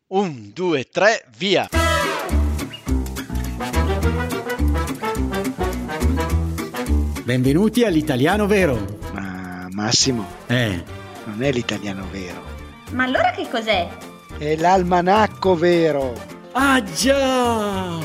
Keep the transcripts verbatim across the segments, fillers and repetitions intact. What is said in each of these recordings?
Un, due, tre, via! Benvenuti all'Italiano Vero. Ma Massimo, Eh, non è l'italiano vero, Ma allora che cos'è? è l'almanacco vero. ah già!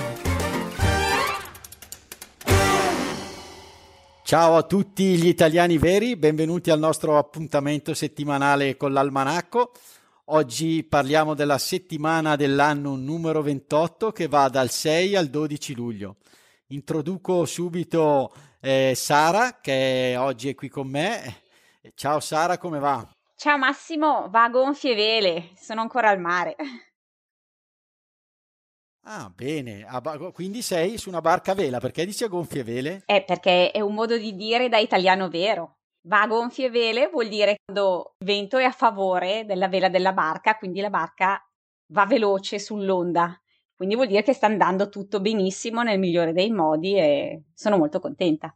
Ciao a tutti gli italiani veri, benvenuti al nostro appuntamento settimanale con l'Almanacco. Oggi parliamo della settimana dell'anno numero ventotto che va dal sei al dodici luglio. Introduco subito eh, Sara che oggi è qui con me. Ciao Sara, come va? Ciao Massimo, va a gonfie vele, sono ancora al mare. Ah, bene, a ba- quindi sei su una barca a vela, perché dici a gonfie vele? Eh, perché è un modo di dire da italiano vero. Va a gonfie vele vuol dire quando il vento è a favore della vela della barca, quindi la barca va veloce sull'onda. Quindi vuol dire che sta andando tutto benissimo nel migliore dei modi e sono molto contenta.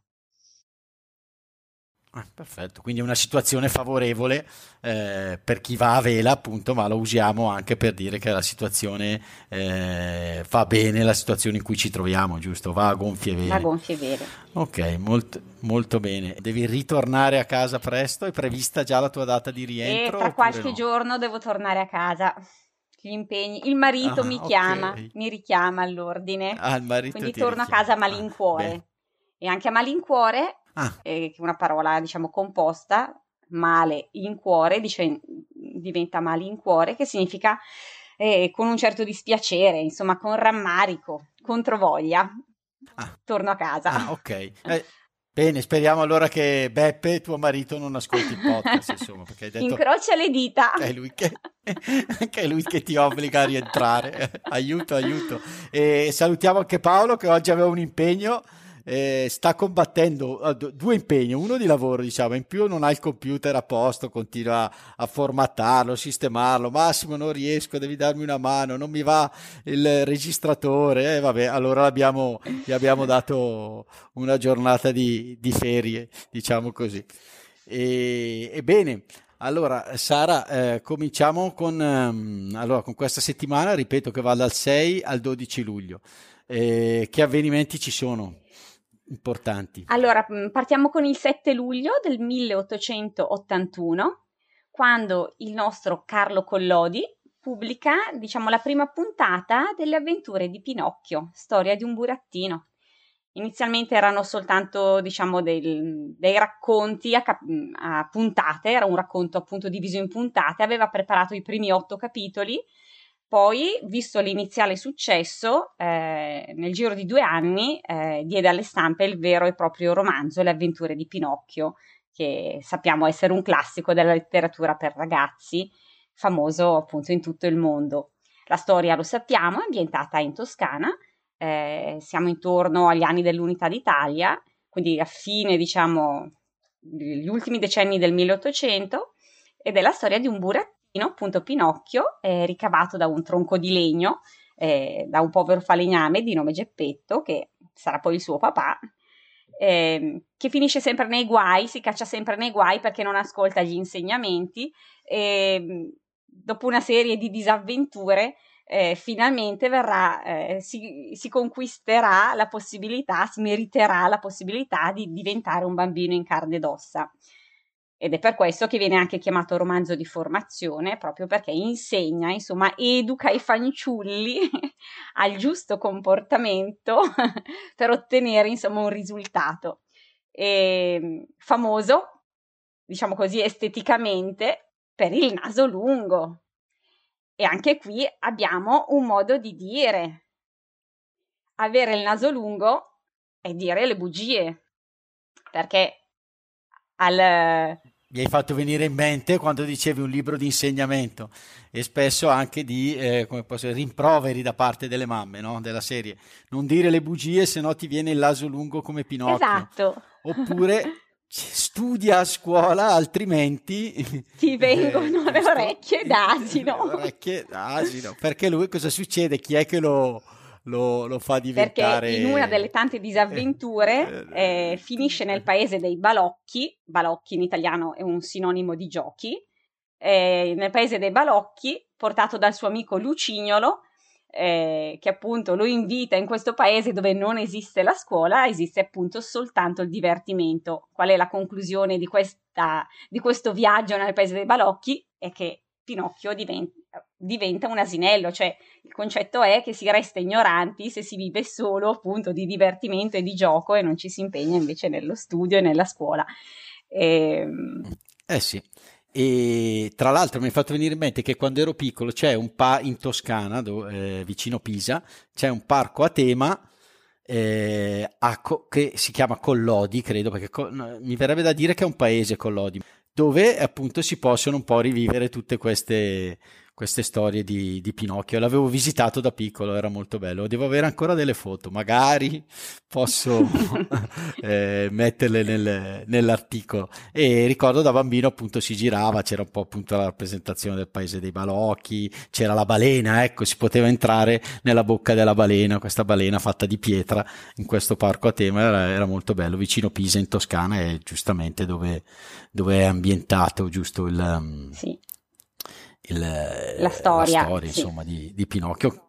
Ah, perfetto, quindi è una situazione favorevole eh, per chi va a vela, appunto, ma lo usiamo anche per dire che la situazione eh, fa bene la situazione in cui ci troviamo, giusto? Va a gonfie Va a vele. gonfie vele. Ok, molt- molto bene. Devi ritornare a casa presto? È prevista già la tua data di E rientro tra oppure qualche no? giorno devo tornare a casa. Gli impegni. Il marito Ah, mi chiama, ok. mi richiama all'ordine. Ah, il marito Quindi ti torno a richiama. casa a Ah, bene. malincuore. E anche a malincuore, Ah, eh, che è una parola diciamo composta, male in cuore, dice, diventa malincuore, che significa eh, con un certo dispiacere, insomma con rammarico, controvoglia. ah. Torno a casa. Ah, ok. Eh, bene, speriamo allora che Beppe, tuo marito, non ascolti il podcast, insomma, perché hai detto Incrocia le dita. che è lui che, che è lui che ti obbliga a rientrare. Aiuto, aiuto. E salutiamo anche Paolo che oggi aveva un impegno, eh, sta combattendo eh, d- due impegni, uno di lavoro, diciamo, in più non ha il computer a posto, continua a formattarlo, a sistemarlo. Massimo, non riesco, devi darmi una mano, non mi va il registratore. Eh, vabbè, allora l'abbiamo gli abbiamo dato una giornata di, di ferie, diciamo così. E, e bene, allora Sara, eh, cominciamo con, ehm, allora, con questa settimana, ripeto che va dal sei al dodici luglio. Eh, che avvenimenti ci sono importanti? Allora, mh, partiamo con il sette luglio del milleottocentottantuno, quando il nostro Carlo Collodi pubblica, diciamo, la prima puntata delle avventure di Pinocchio, storia di un burattino. Inizialmente erano soltanto, diciamo, del- dei racconti a, cap- a puntate, era un racconto appunto diviso in puntate, aveva preparato i primi otto capitoli, poi, visto l'iniziale successo, eh, nel giro di due anni eh, diede alle stampe il vero e proprio romanzo Le avventure di Pinocchio, che sappiamo essere un classico della letteratura per ragazzi, famoso appunto in tutto il mondo. La storia, lo sappiamo, è ambientata in Toscana, eh, siamo intorno agli anni dell'Unità d'Italia, quindi a fine, diciamo, gli ultimi decenni del milleottocento, ed è la storia di un burattino, appunto Pinocchio, eh, ricavato da un tronco di legno, eh, da un povero falegname di nome Geppetto, che sarà poi il suo papà, eh, che finisce sempre nei guai, si caccia sempre nei guai perché non ascolta gli insegnamenti, e dopo una serie di disavventure eh, finalmente verrà, eh, si, si conquisterà la possibilità, si meriterà la possibilità di diventare un bambino in carne ed ossa. Ed è per questo che viene anche chiamato romanzo di formazione, proprio perché insegna, insomma, educa i fanciulli al giusto comportamento per ottenere, insomma, un risultato. E, famoso, diciamo così, esteticamente per il naso lungo. E anche qui abbiamo un modo di dire. Avere il naso lungo è dire le bugie, perché al... Mi hai fatto venire in mente quando dicevi un libro di insegnamento e spesso anche di eh, come posso dire, rimproveri da parte delle mamme, no? Della serie. Non dire le bugie, se no ti viene il naso lungo come Pinocchio. Esatto. Oppure studia a scuola, altrimenti Ti eh, vengono le giusto? orecchie Le d'asino. orecchie d'asino. Perché lui cosa succede? Chi è che lo, lo, lo fa Perché in una delle diventare tante disavventure eh, finisce nel paese dei balocchi, balocchi in italiano è un sinonimo di giochi, eh, nel paese dei balocchi, portato dal suo amico Lucignolo, eh, che appunto lo invita in questo paese dove non esiste la scuola, esiste appunto soltanto il divertimento. Qual è la conclusione di, questa, di questo viaggio nel paese dei balocchi? È che Pinocchio diventa, diventa un asinello, cioè il concetto è che si resta ignoranti se si vive solo appunto di divertimento e di gioco e non ci si impegna invece nello studio e nella scuola. E... Eh sì. E tra l'altro mi è fatto venire in mente che quando ero piccolo c'è un pa in Toscana, dove, eh, vicino Pisa, c'è un parco a tema eh, a co- che si chiama Collodi, credo, perché co- no, mi verrebbe da dire che è un paese Collodi, dove appunto si possono un po' rivivere tutte queste, queste storie di, di Pinocchio. L'avevo visitato da piccolo, era molto bello. Devo avere ancora delle foto, magari posso eh, metterle nel, nell'articolo. E ricordo da bambino appunto si girava, c'era un po' appunto la rappresentazione del paese dei balocchi, c'era la balena, ecco, si poteva entrare nella bocca della balena, questa balena fatta di pietra in questo parco a tema, era, era molto bello, vicino Pisa in Toscana, è giustamente dove, dove è ambientato giusto il... Sì. Il, la storia, la storia sì. insomma di, di Pinocchio,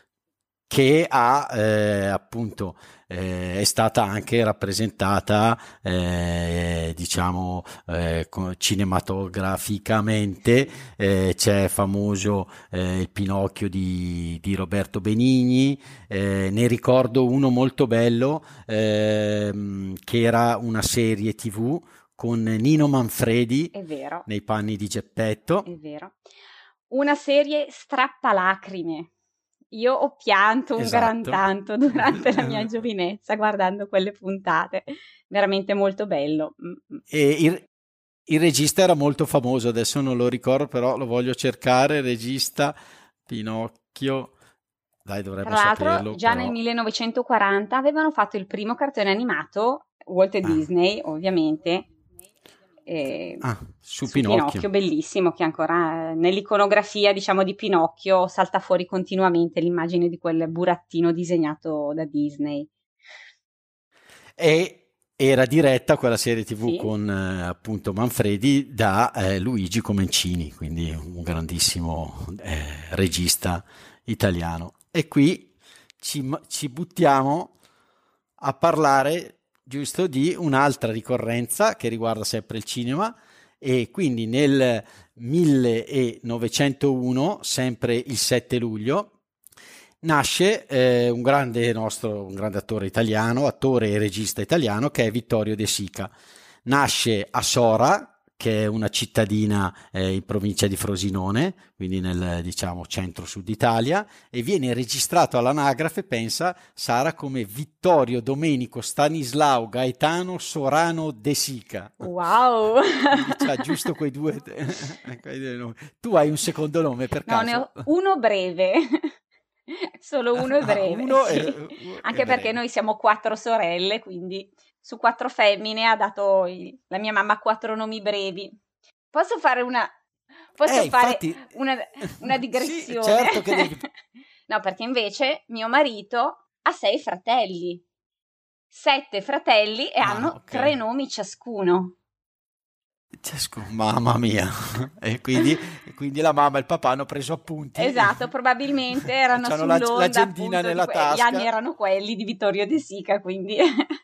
che ha eh, appunto eh, è stata anche rappresentata eh, diciamo eh, cinematograficamente. Eh, c'è famoso eh, il Pinocchio di, di Roberto Benigni. Eh, ne ricordo uno molto bello eh, che era una serie tv con Nino Manfredi, è vero, nei panni di Geppetto. È vero. Una serie strappalacrime. Io ho pianto un Esatto. gran tanto durante la mia giovinezza guardando quelle puntate. Veramente molto bello. E il, il regista era molto famoso, adesso non lo ricordo, però lo voglio cercare. Regista Pinocchio. Dai, dovremmo Tra l'altro, saperlo. già però... nel millenovecentoquaranta avevano fatto il primo cartone animato, Walt ah. Disney, ovviamente. Eh, ah, su, su Pinocchio. Pinocchio, bellissimo, che ancora eh, nell'iconografia, diciamo, di Pinocchio salta fuori continuamente l'immagine di quel burattino disegnato da Disney. E era diretta quella serie tv Sì. con eh, appunto Manfredi da eh, Luigi Comencini, quindi un grandissimo eh, regista italiano. E qui ci, ci buttiamo a parlare giusto di un'altra ricorrenza che riguarda sempre il cinema, e quindi nel millenovecentouno, sempre il sette luglio, nasce eh, un grande nostro, un grande attore italiano, attore e regista italiano, che è Vittorio De Sica. Nasce a Sora, che è una cittadina eh, in provincia di Frosinone, quindi nel diciamo centro-sud Italia, e viene registrato all'anagrafe, pensa Sara, come Vittorio Domenico Stanislao Gaetano Sorano De Sica. Wow! C'ha giusto quei due, quei due nomi. Tu hai un secondo nome per caso? No, ne ho uno breve. Solo uno è breve. Ah, uno sì. è, Anche è perché breve. noi siamo quattro sorelle, quindi su quattro femmine ha dato il, la mia mamma quattro nomi brevi. Posso fare una posso eh, fare infatti... una, una digressione? Sì, certo che devi... No, perché invece mio marito ha sei fratelli, sette fratelli e ah, hanno okay. tre nomi ciascuno. Ciascuno, mamma mia. E quindi, e quindi la mamma e il papà hanno preso appunti. Esatto, probabilmente erano C'hanno sull'onda, l'agendina appunto, nella que- tasca. gli anni erano quelli di Vittorio De Sica, quindi...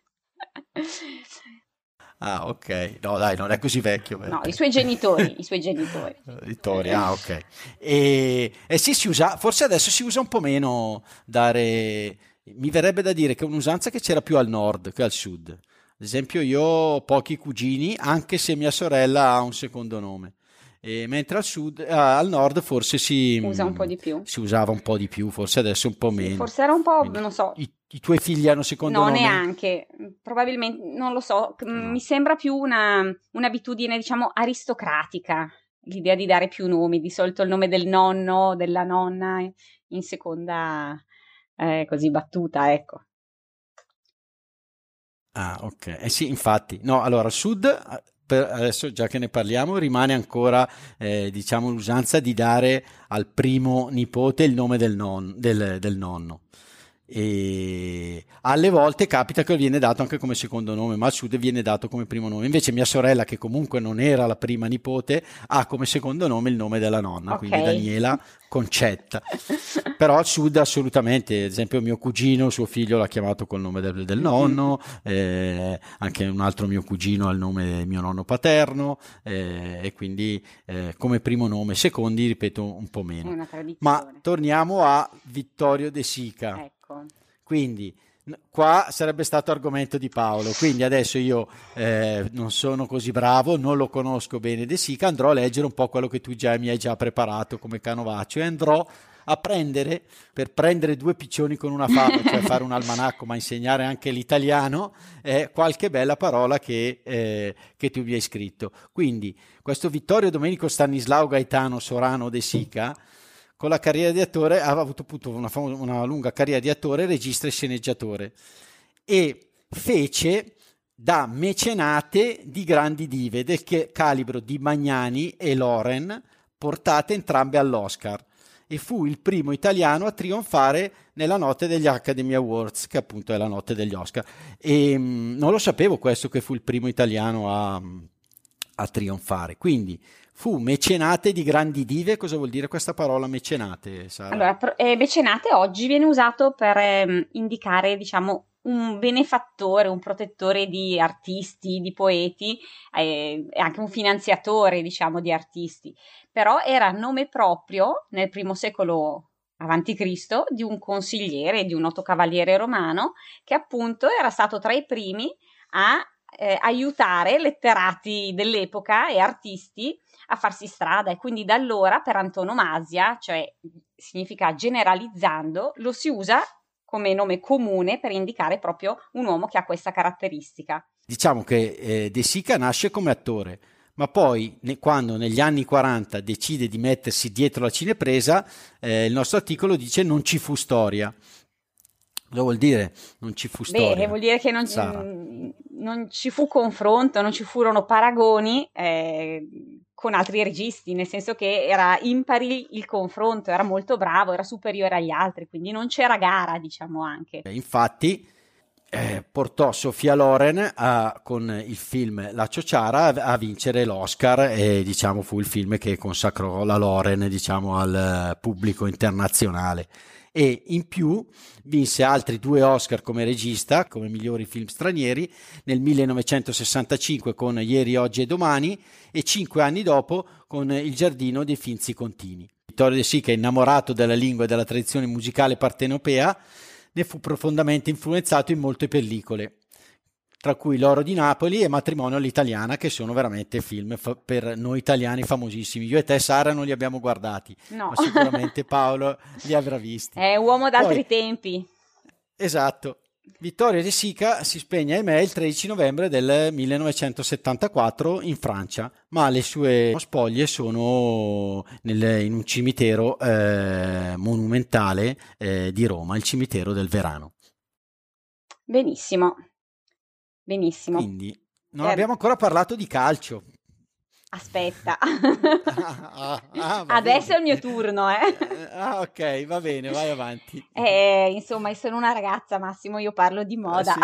Ah, ok. No, dai, non è così vecchio. No, i suoi genitori, i suoi genitori. Vittorio, ah, ok. E, e sì, si usa, forse adesso si usa un po' meno dare... Mi verrebbe da dire che è un'usanza che c'era più al nord che al sud. Ad esempio io ho pochi cugini, anche se mia sorella ha un secondo nome. E mentre al sud, eh, al nord forse si usa un po' di più. Si usava un po' di più, forse adesso un po' Sì, meno. forse era un po', Quindi, non so. I, I tuoi figli hanno secondo no, nome? No, neanche. Probabilmente, non lo so. No. Mi sembra più una, un'abitudine, diciamo, aristocratica. L'idea di dare più nomi. Di solito il nome del nonno, della nonna, in seconda eh, così battuta, ecco. Ah, ok. Eh sì, infatti. No, allora, al sud, per adesso già che ne parliamo, rimane ancora, eh, diciamo, l'usanza di dare al primo nipote il nome del, non, del, del nonno. e alle volte capita che viene dato anche come secondo nome, ma al sud viene dato come primo nome. Invece mia sorella, che comunque non era la prima nipote, ha come secondo nome il nome della nonna, Ok. quindi Daniela Concetta. Però al sud assolutamente, ad esempio mio cugino, suo figlio l'ha chiamato col nome del, del nonno, eh, anche un altro mio cugino ha il nome del mio nonno paterno, eh, e quindi eh, come primo nome, secondi ripeto un po' È meno. una tradizione. Ma torniamo a Vittorio De Sica. Ecco. Quindi n- qua sarebbe stato argomento di Paolo, quindi adesso io eh, non sono così bravo, non lo conosco bene De Sica, andrò a leggere un po' quello che tu già mi hai già preparato come canovaccio e andrò a prendere, per prendere due piccioni con una fava, cioè fare un almanacco ma insegnare anche l'italiano, eh, qualche bella parola che, eh, che tu mi hai scritto. Quindi questo Vittorio Domenico Stanislao Gaetano Sorano De Sica, con la carriera di attore, ha avuto appunto una, famo- una lunga carriera di attore, regista e sceneggiatore, e fece da mecenate di grandi dive del che- calibro di Magnani e Loren, portate entrambe all'Oscar, e fu il primo italiano a trionfare nella notte degli Academy Awards, che appunto è la notte degli Oscar. E mh, non lo sapevo questo, che fu il primo italiano a, a trionfare. Quindi fu mecenate di grandi dive. Cosa vuol dire questa parola mecenate, Sara? Allora, pro- eh, mecenate oggi viene usato per ehm, indicare, diciamo, un benefattore, un protettore di artisti, di poeti, eh, e anche un finanziatore, diciamo, di artisti. Però era nome proprio nel primo secolo avanti Cristo di un consigliere, di un noto cavaliere romano, che appunto era stato tra i primi a eh, aiutare letterati dell'epoca e artisti a farsi strada, e quindi da allora per antonomasia, cioè significa generalizzando, lo si usa come nome comune per indicare proprio un uomo che ha questa caratteristica. Diciamo che eh, De Sica nasce come attore, ma poi ne- quando negli anni quaranta decide di mettersi dietro la cinepresa, eh, il nostro articolo dice non ci fu storia. Cosa vuol dire non ci fu Beh, storia, vuol dire che non, Sara? non ci fu confronto, non ci furono paragoni eh, con altri registi, nel senso che era impari il confronto, era molto bravo, era superiore agli altri, quindi non c'era gara, diciamo anche. Eh, Infatti eh, portò Sofia Loren a- con il film La Ciociara a, a vincere l'Oscar, e diciamo fu il film che consacrò la Loren, diciamo, al eh, pubblico internazionale. E in più vinse altri due Oscar come regista, come migliori film stranieri, nel millenovecentosessantacinque con Ieri, Oggi e Domani, e cinque anni dopo con Il Giardino dei Finzi Contini. Vittorio De Sica, innamorato della lingua e della tradizione musicale partenopea, ne fu profondamente influenzato in molte pellicole, tra cui L'oro di Napoli e Matrimonio all'italiana, che sono veramente film fa- per noi italiani famosissimi. Io e te, Sara, non li abbiamo guardati, No, ma sicuramente Paolo li avrà visti. è uomo d'altri Poi, tempi. esatto, Vittorio De Sica si spegne, ahimè, il tredici novembre del millenovecentosettantaquattro in Francia, ma le sue spoglie sono nel- in un cimitero eh, monumentale eh, di Roma, il cimitero del Verano. Benissimo, benissimo. Quindi non Eh, abbiamo ancora parlato di calcio. Aspetta, Ah, ah, ah, va adesso è il bene. mio turno, eh. Eh, Ah, ok, va bene, vai avanti. Eh, insomma, io sono una ragazza, Massimo, io parlo di Ah, moda. sì.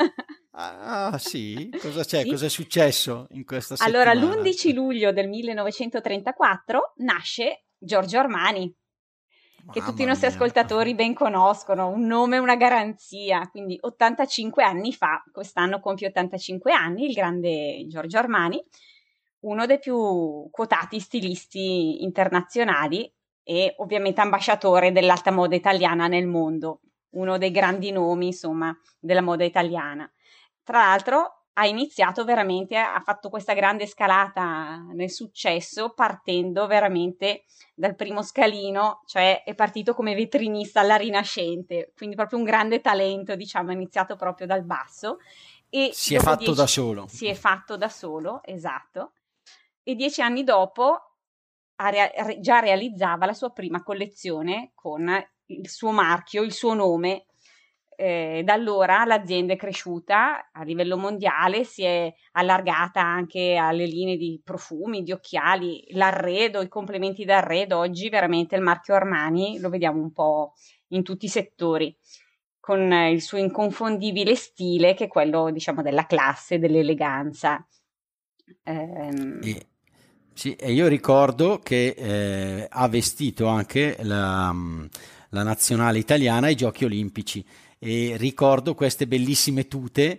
Ah, sì? Cosa c'è? Sì. Cosa è successo in questa Allora, settimana? l'undici luglio del millenovecentotrentaquattro nasce Giorgio Armani, che tutti i Mamma nostri mia. ascoltatori ben conoscono, un nome, una garanzia. Quindi ottantacinque anni fa, quest'anno compie ottantacinque anni, il grande Giorgio Armani, uno dei più quotati stilisti internazionali e ovviamente ambasciatore dell'alta moda italiana nel mondo, uno dei grandi nomi, insomma, della moda italiana. Tra l'altro ha iniziato veramente, ha fatto questa grande scalata nel successo partendo veramente dal primo scalino, cioè è partito come vetrinista alla Rinascente, quindi proprio un grande talento, diciamo, ha iniziato proprio dal basso. E Si è dopo fatto dieci- da solo. Si è fatto da solo, esatto. E dieci anni dopo ha rea- re- già realizzava la sua prima collezione con il suo marchio, il suo nome. Eh, da allora l'azienda è cresciuta a livello mondiale, si è allargata anche alle linee di profumi, di occhiali, l'arredo, i complementi d'arredo. Oggi veramente il marchio Armani lo vediamo un po' in tutti i settori. con il suo inconfondibile stile, che è quello, diciamo, della classe, dell'eleganza. Ehm... E, sì, e io ricordo che eh, ha vestito anche la, la nazionale italiana ai Giochi Olimpici, e ricordo queste bellissime tute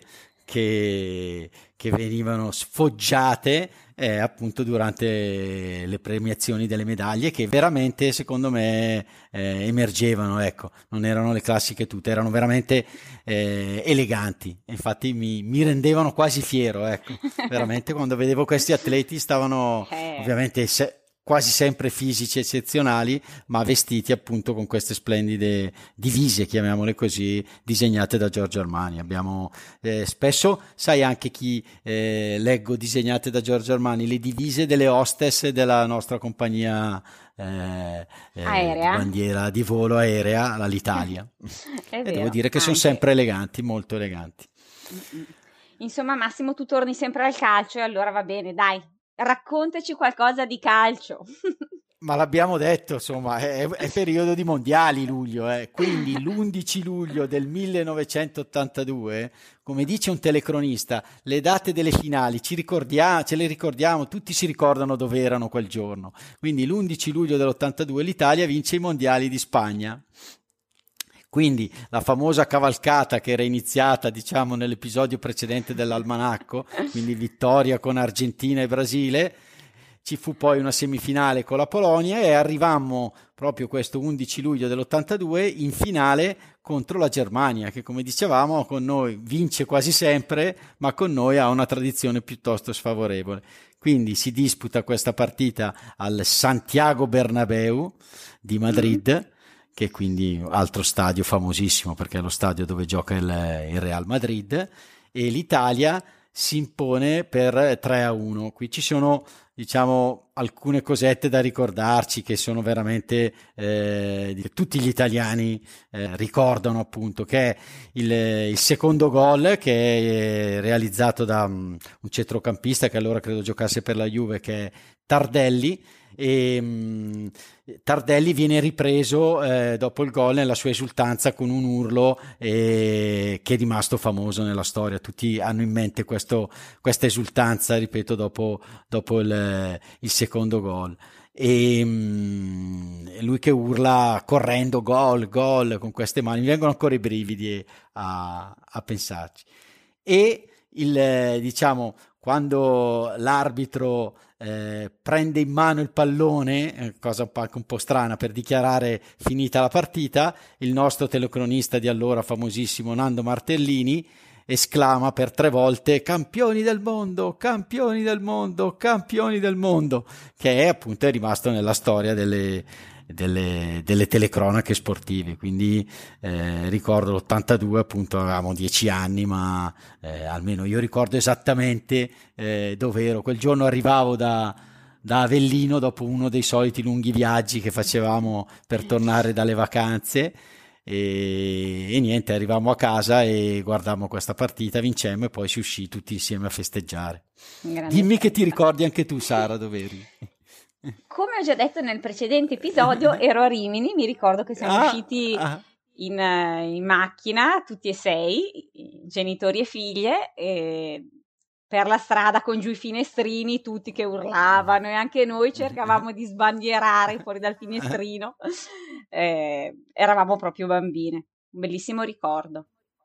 che, che venivano sfoggiate eh, appunto durante le premiazioni delle medaglie, che veramente secondo me eh, emergevano, ecco, non erano le classiche tute, erano veramente eh, eleganti, infatti mi, mi rendevano quasi fiero, ecco, veramente quando vedevo questi atleti stavano Eh. ovviamente se, quasi sempre fisici eccezionali, ma vestiti appunto con queste splendide divise, chiamiamole così, disegnate da Giorgio Armani. Abbiamo eh, spesso, sai anche chi eh, leggo disegnate da Giorgio Armani, le divise delle hostess della nostra compagnia eh, eh, Aerea. di bandiera di volo aerea, l'Alitalia. È E vero, devo dire che sono anche. sempre eleganti, molto eleganti. Insomma, Massimo, tu torni sempre al calcio e allora va bene, dai, raccontaci qualcosa di calcio. Ma l'abbiamo detto, insomma, è, è periodo di mondiali luglio, eh. Quindi l'undici luglio del millenovecentottantadue, come dice un telecronista, le date delle finali ci ricordiamo, ce le ricordiamo, tutti si ricordano dove erano quel giorno. Quindi l'undici luglio dell'ottantadue l'Italia vince i mondiali di Spagna. Quindi la famosa cavalcata che era iniziata, diciamo, nell'episodio precedente dell'Almanacco, quindi vittoria con Argentina e Brasile. Ci fu poi una semifinale con la Polonia e arrivammo proprio questo undici luglio dell'ottantadue in finale contro la Germania, che come dicevamo con noi vince quasi sempre, ma con noi ha una tradizione piuttosto sfavorevole. Quindi si disputa questa partita al Santiago Bernabéu di Madrid, mm-hmm. che è quindi altro stadio famosissimo perché è lo stadio dove gioca il, il Real Madrid, e l'Italia si impone per tre a uno. Qui ci sono, diciamo, alcune cosette da ricordarci che sono veramente eh, tutti gli italiani eh, ricordano, appunto, che è il, il secondo gol, che è realizzato da um, un centrocampista che allora credo giocasse per la Juve, che è Tardelli, e um, Tardelli viene ripreso eh, dopo il gol nella sua esultanza con un urlo eh, che è rimasto famoso nella storia. Tutti hanno in mente questo, questa esultanza, ripeto, dopo, dopo il, il secondo gol, e um, lui che urla correndo gol, gol con queste mani, mi vengono ancora i brividi a, a pensarci. E il, diciamo, quando l'arbitro eh, prende in mano il pallone, eh, cosa anche un po' strana, per dichiarare finita la partita, il nostro telecronista di allora, famosissimo Nando Martellini, esclama per tre volte campioni del mondo, campioni del mondo, campioni del mondo, che è appunto è rimasto nella storia delle, delle, delle telecronache sportive. Quindi eh, ricordo l'ottantadue, appunto avevamo dieci anni, ma eh, almeno io ricordo esattamente eh, dove ero. Quel giorno arrivavo da, da Avellino dopo uno dei soliti lunghi viaggi che facevamo per tornare dalle vacanze. E, e niente, arrivammo a casa e guardammo questa partita, vincemmo e poi si uscì tutti insieme a festeggiare. Grande Dimmi festa. Che ti ricordi anche tu, Sara, dove eri? Come ho già detto nel precedente episodio, ero a Rimini, mi ricordo che siamo ah, usciti ah. In, in macchina, tutti e sei, genitori e figlie, e per la strada con giù i finestrini, tutti che urlavano, e anche noi cercavamo di sbandierare fuori dal finestrino. Eh, eravamo proprio bambine, un bellissimo ricordo.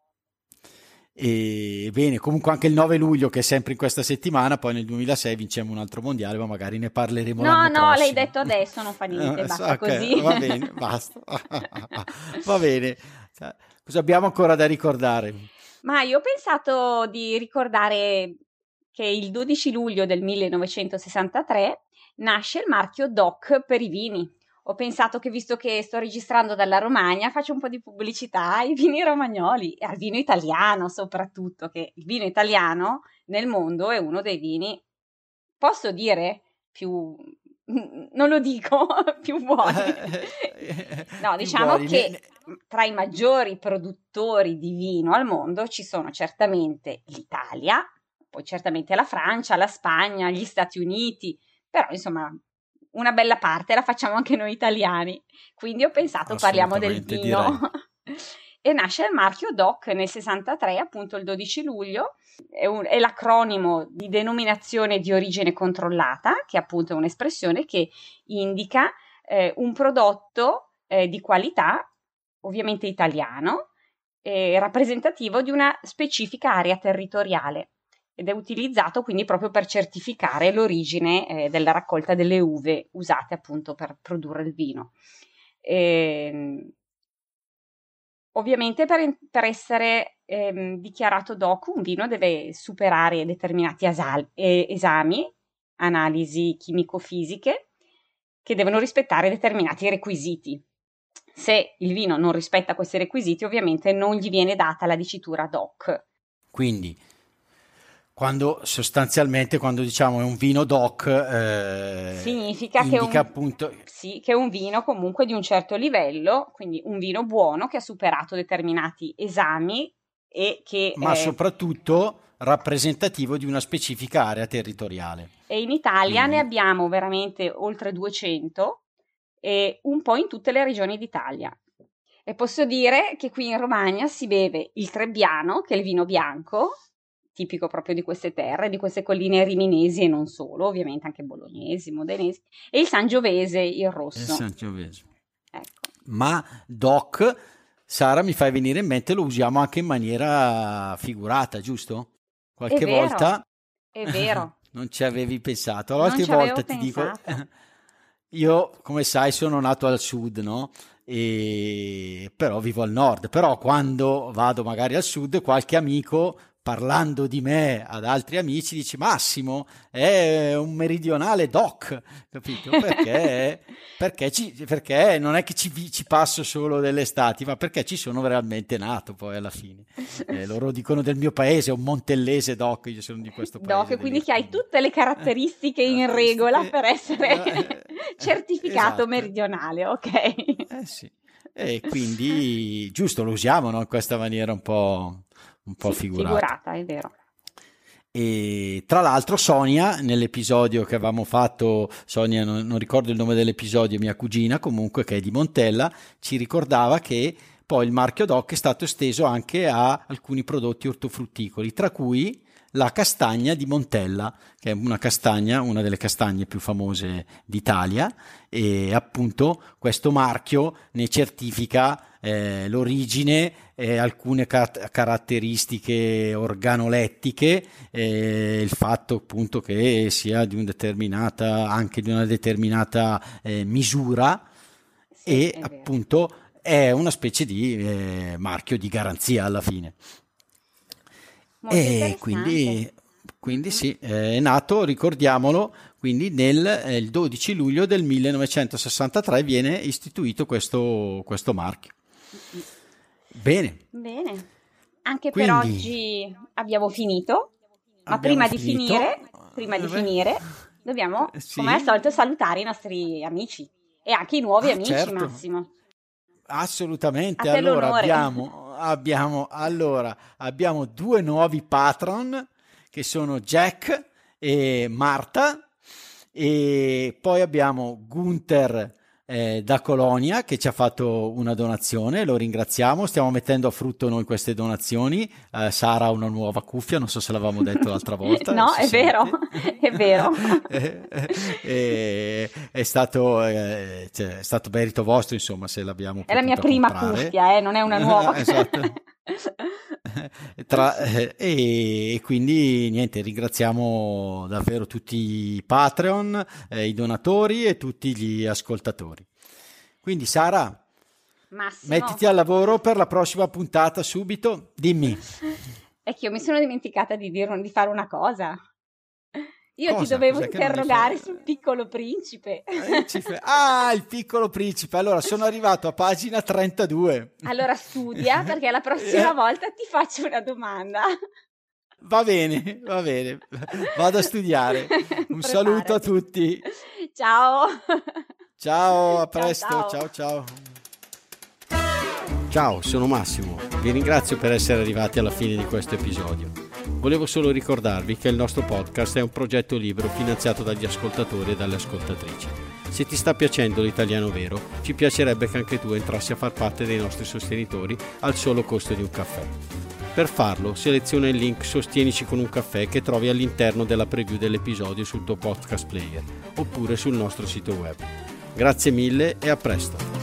E bene, comunque anche il nove luglio, che è sempre in questa settimana, poi nel duemilasei vincemmo un altro mondiale, ma magari ne parleremo no, l'anno no, prossimo. No, l'hai detto adesso, non fa niente, basta okay, così. Va bene, basta. Va bene. Cosa abbiamo ancora da ricordare? Ma io ho pensato di ricordare che il dodici luglio del millenovecentosessantatré nasce il marchio DOC per i vini. Ho pensato che, visto che sto registrando dalla Romagna, faccio un po' di pubblicità ai vini romagnoli e al vino italiano soprattutto, che il vino italiano nel mondo è uno dei vini, posso dire, più, non lo dico, più buoni. No, diciamo più buoni. Che tra i maggiori produttori di vino al mondo ci sono certamente l'Italia, poi certamente la Francia, la Spagna, gli Stati Uniti, però insomma una bella parte la facciamo anche noi italiani, quindi ho pensato parliamo del vino. e nasce il marchio DOC nel sessantatré, appunto il dodici luglio. È, un, è l'acronimo di denominazione di origine controllata, che appunto è un'espressione che indica eh, un prodotto eh, di qualità, ovviamente italiano, eh, rappresentativo di una specifica area territoriale, ed è utilizzato quindi proprio per certificare l'origine eh, della raccolta delle uve usate appunto per produrre il vino. E, ovviamente per, per essere ehm, dichiarato DOC un vino deve superare determinati asal- eh, esami, analisi chimico-fisiche, che devono rispettare determinati requisiti. Se il vino non rispetta questi requisiti, ovviamente non gli viene data la dicitura DOC. Quindi quando sostanzialmente quando diciamo è un vino DOC eh, significa indica che è un, appunto sì, che è un vino comunque di un certo livello, quindi un vino buono che ha superato determinati esami e che ma eh, soprattutto rappresentativo di una specifica area territoriale. E in Italia Quindi ne abbiamo veramente oltre duecento e un po' in tutte le regioni d'Italia. E posso dire che qui in Romagna si beve il Trebbiano, che è il vino bianco, tipico proprio di queste terre, di queste colline riminesi e non solo, ovviamente anche bolognesi, modenesi, e il Sangiovese, il rosso. Il Sangiovese. Ecco. Ma DOC, Sara, mi fai venire in mente, lo usiamo anche in maniera figurata, giusto? Qualche È vero, volta è vero. non ci avevi pensato. Non Qualche ci avevo volta ti pensato. dico, io come sai sono nato al sud, no? E però vivo al nord, però quando vado magari al sud qualche amico parlando di me ad altri amici dice Massimo è un meridionale DOC, capito? Perché, perché, ci, perché non è che ci, ci passo solo delle estati, ma perché ci sono realmente nato poi alla fine. Eh, loro dicono del mio paese, è un montellese DOC, io sono di questo paese. DOC, quindi che hai tutte le caratteristiche in regola per essere certificato esatto. meridionale, ok? Eh sì, e quindi giusto, lo usiamo, no? In questa maniera un po'... un po' sì, figurata. figurata, è vero. E tra l'altro Sonia, nell'episodio che avevamo fatto, Sonia non, non ricordo il nome dell'episodio, mia cugina comunque, che è di Montella, ci ricordava che poi il marchio DOC è stato esteso anche a alcuni prodotti ortofrutticoli, tra cui la castagna di Montella, che è una castagna, una delle castagne più famose d'Italia, e appunto questo marchio ne certifica eh, l'origine, eh, alcune car- caratteristiche organolettiche, eh, il fatto appunto che sia di una determinata, anche di una determinata eh, misura, sì, e è appunto è una specie di eh, marchio di garanzia alla fine. Molto E quindi, quindi sì, è nato, ricordiamolo, quindi nel eh, il dodici luglio del millenovecentosessantatré viene istituito questo, questo marchio. Bene. Bene. Anche quindi, per oggi abbiamo finito, ma abbiamo prima di finito. finire, prima di finire, dobbiamo, sì. come al solito, salutare i nostri amici e anche i nuovi ah, amici, certo. Massimo. Assolutamente, A te allora l'onore. abbiamo, abbiamo, allora abbiamo due nuovi patron che sono Jack e Marta, e poi abbiamo Gunther eh, da Colonia che ci ha fatto una donazione, lo ringraziamo, stiamo mettendo a frutto noi queste donazioni. eh, Sara ha una nuova cuffia, non so se l'avevamo detto l'altra volta. No, è sente. vero, è vero. è, è, stato, eh, cioè, è stato merito vostro, insomma, se l'abbiamo È la mia prima comprare. cuffia, eh, non è una nuova. Esatto. Tra, eh, e quindi niente, ringraziamo davvero tutti i Patreon, eh, i donatori e tutti gli ascoltatori. Quindi Sara, Massimo, mettiti al lavoro per la prossima puntata subito, dimmi. È che io mi sono dimenticata di, dire, di fare una cosa. Io Cosa? ti dovevo Cos'è che non interrogare hai fatto? sul Piccolo Principe. Ah, il Piccolo Principe. Allora, sono arrivato a pagina trentadue. Allora studia, perché la prossima volta ti faccio una domanda. Va bene, va bene. Vado a studiare. Un Preparati. saluto a tutti. Ciao. Ciao, a presto. Ciao, ciao. ciao. Ciao, sono Massimo. Vi ringrazio per essere arrivati alla fine di questo episodio. Volevo solo ricordarvi che il nostro podcast è un progetto libero finanziato dagli ascoltatori e dalle ascoltatrici. Se ti sta piacendo l'italiano vero, ci piacerebbe che anche tu entrassi a far parte dei nostri sostenitori al solo costo di un caffè. Per farlo, seleziona il link Sostienici con un caffè che trovi all'interno della preview dell'episodio sul tuo podcast player oppure sul nostro sito web. Grazie mille e a presto!